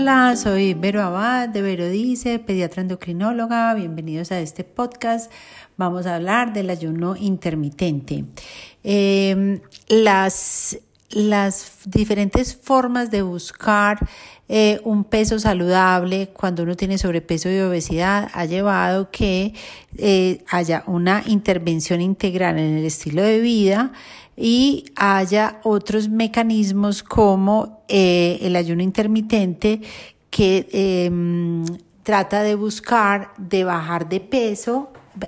Hola, soy Vero Abad de Vero Dice, pediatra endocrinóloga. Bienvenidos a este podcast. Vamos a hablar del ayuno intermitente. Las diferentes formas de buscar un peso saludable cuando uno tiene sobrepeso y obesidad ha llevado que haya una intervención integral en el estilo de vida y haya otros mecanismos como el ayuno intermitente que trata de buscar de bajar de peso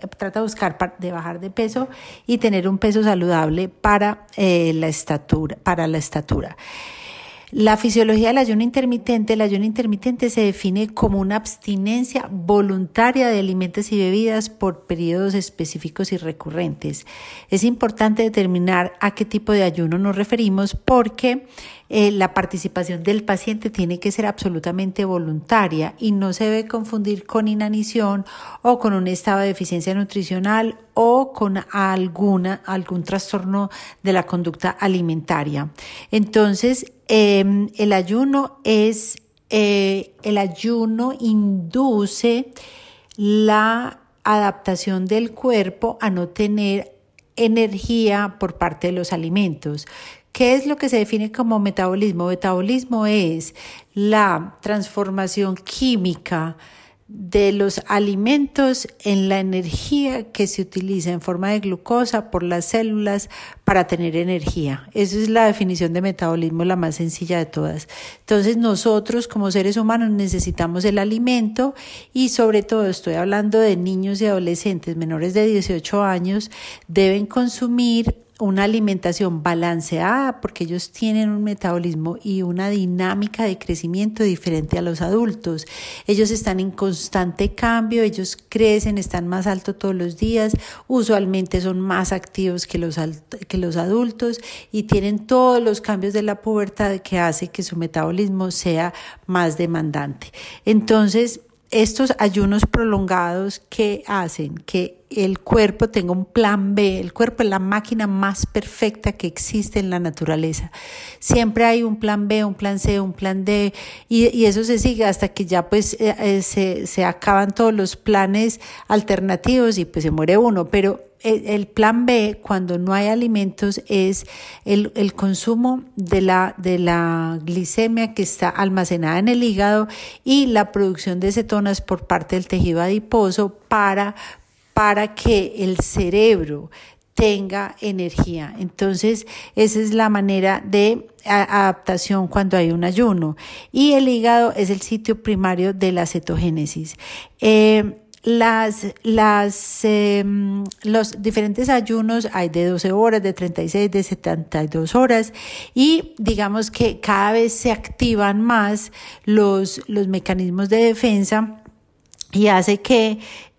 y tener un peso saludable para la estatura. La fisiología del ayuno intermitente, se define como una abstinencia voluntaria de alimentos y bebidas por periodos específicos y recurrentes. Es importante determinar a qué tipo de ayuno nos referimos porque la participación del paciente tiene que ser absolutamente voluntaria y no se debe confundir con inanición o con un estado de deficiencia nutricional o con algún trastorno de la conducta alimentaria. Entonces, el ayuno induce la adaptación del cuerpo a no tener energía por parte de los alimentos. ¿Qué es lo que se define como metabolismo? Metabolismo es la transformación química de los alimentos en la energía que se utiliza en forma de glucosa por las células para tener energía. Esa es la definición de metabolismo, la más sencilla de todas. Entonces nosotros como seres humanos necesitamos el alimento y sobre todo estoy hablando de niños y adolescentes menores de 18 años, deben consumir una alimentación balanceada porque ellos tienen un metabolismo y una dinámica de crecimiento diferente a los adultos. Ellos están en constante cambio, ellos crecen, están más altos todos los días, usualmente son más activos que los adultos y tienen todos los cambios de la pubertad que hace que su metabolismo sea más demandante. Entonces, estos ayunos prolongados que hacen que el cuerpo tenga un plan B, el cuerpo es la máquina más perfecta que existe en la naturaleza. Siempre hay un plan B, un plan C, un plan D y eso se sigue hasta que ya pues se acaban todos los planes alternativos y pues se muere uno, pero el plan B, cuando no hay alimentos, es el consumo de la glicemia que está almacenada en el hígado y la producción de cetonas por parte del tejido adiposo para que el cerebro tenga energía. Entonces, esa es la manera de adaptación cuando hay un ayuno. Y el hígado es el sitio primario de la cetogénesis. Los diferentes ayunos hay de 12 horas, de 36, de 72 horas y digamos que cada vez se activan más los mecanismos de defensa y hace que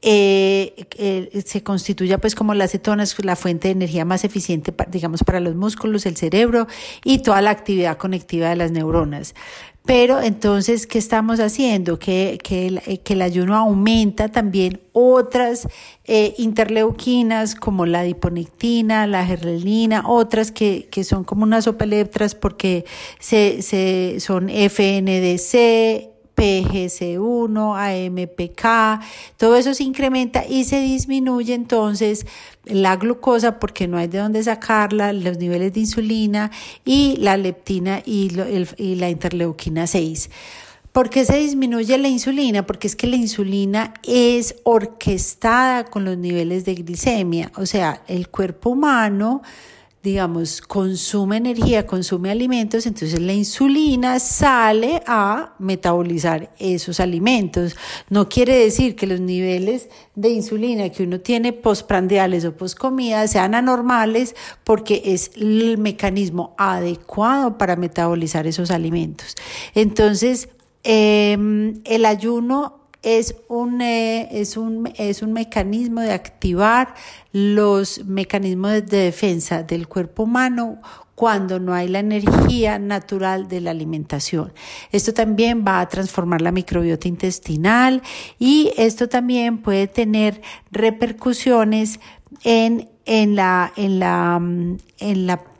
se constituya pues como las cetonas, la fuente de energía más eficiente digamos para los músculos, el cerebro y toda la actividad conectiva de las neuronas. Pero entonces, ¿qué estamos haciendo? Que el ayuno aumenta también otras interleuquinas como la adiponectina, la gerlina, otras que son como unas sopaleptras porque son FNDC, PGC1, AMPK, todo eso se incrementa y se disminuye entonces la glucosa porque no hay de dónde sacarla, los niveles de insulina y la leptina y la interleuquina 6. ¿Por qué se disminuye la insulina? Porque es que la insulina es orquestada con los niveles de glicemia, o sea, el cuerpo humano digamos, consume energía, consume alimentos, entonces la insulina sale a metabolizar esos alimentos. No quiere decir que los niveles de insulina que uno tiene postprandiales o postcomida sean anormales porque es el mecanismo adecuado para metabolizar esos alimentos. Entonces, el ayuno es un mecanismo de activar los mecanismos de defensa del cuerpo humano cuando no hay la energía natural de la alimentación. Esto también va a transformar la microbiota intestinal y esto también puede tener repercusiones en la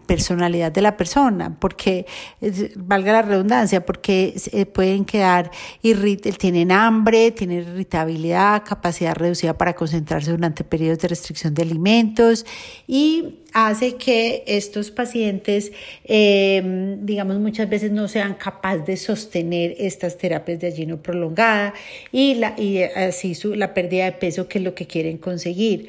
personalidad de la persona, porque, valga la redundancia, porque pueden quedar tienen hambre, tienen irritabilidad, capacidad reducida para concentrarse durante periodos de restricción de alimentos, y hace que estos pacientes, digamos, muchas veces no sean capaces de sostener estas terapias de ayuno prolongada y así la pérdida de peso, que es lo que quieren conseguir.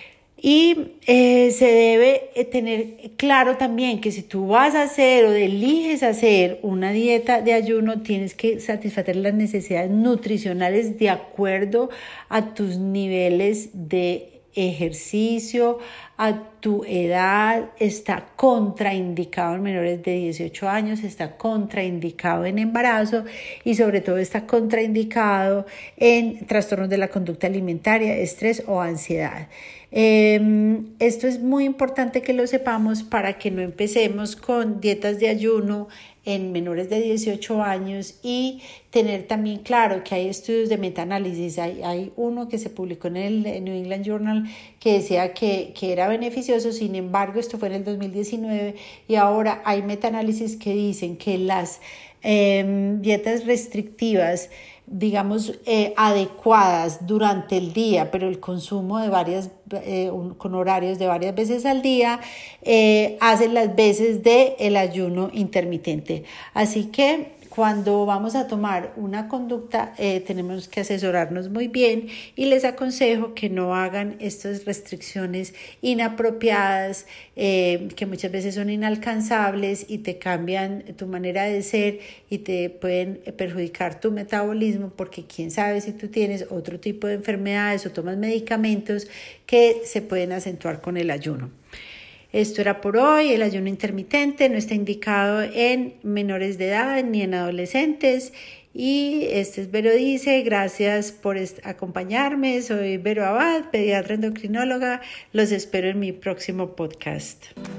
Y se debe tener claro también que si tú vas a hacer o eliges hacer una dieta de ayuno, tienes que satisfacer las necesidades nutricionales de acuerdo a tus niveles de ejercicio, a tu edad. Está contraindicado en menores de 18 años, está contraindicado en embarazo y sobre todo está contraindicado en trastornos de la conducta alimentaria, estrés o ansiedad. Esto es muy importante que lo sepamos para que no empecemos con dietas de ayuno en menores de 18 años, y tener también claro que hay estudios de metaanálisis. Hay uno que se publicó en el New England Journal que decía que era beneficioso. Sin embargo, esto fue en el 2019 y ahora hay metaanálisis que dicen que las dietas restrictivas, digamos, adecuadas durante el día, pero el consumo de con horarios de varias veces al día, hacen las veces del ayuno intermitente. Así que cuando vamos a tomar una conducta, tenemos que asesorarnos muy bien, y les aconsejo que no hagan estas restricciones inapropiadas, que muchas veces son inalcanzables y te cambian tu manera de ser y te pueden perjudicar tu metabolismo, porque quién sabe si tú tienes otro tipo de enfermedades o tomas medicamentos que se pueden acentuar con el ayuno. Esto era por hoy. El ayuno intermitente no está indicado en menores de edad ni en adolescentes. Y este es Vero Dice. Gracias por acompañarme. Soy Vero Abad, pediatra endocrinóloga. Los espero en mi próximo podcast.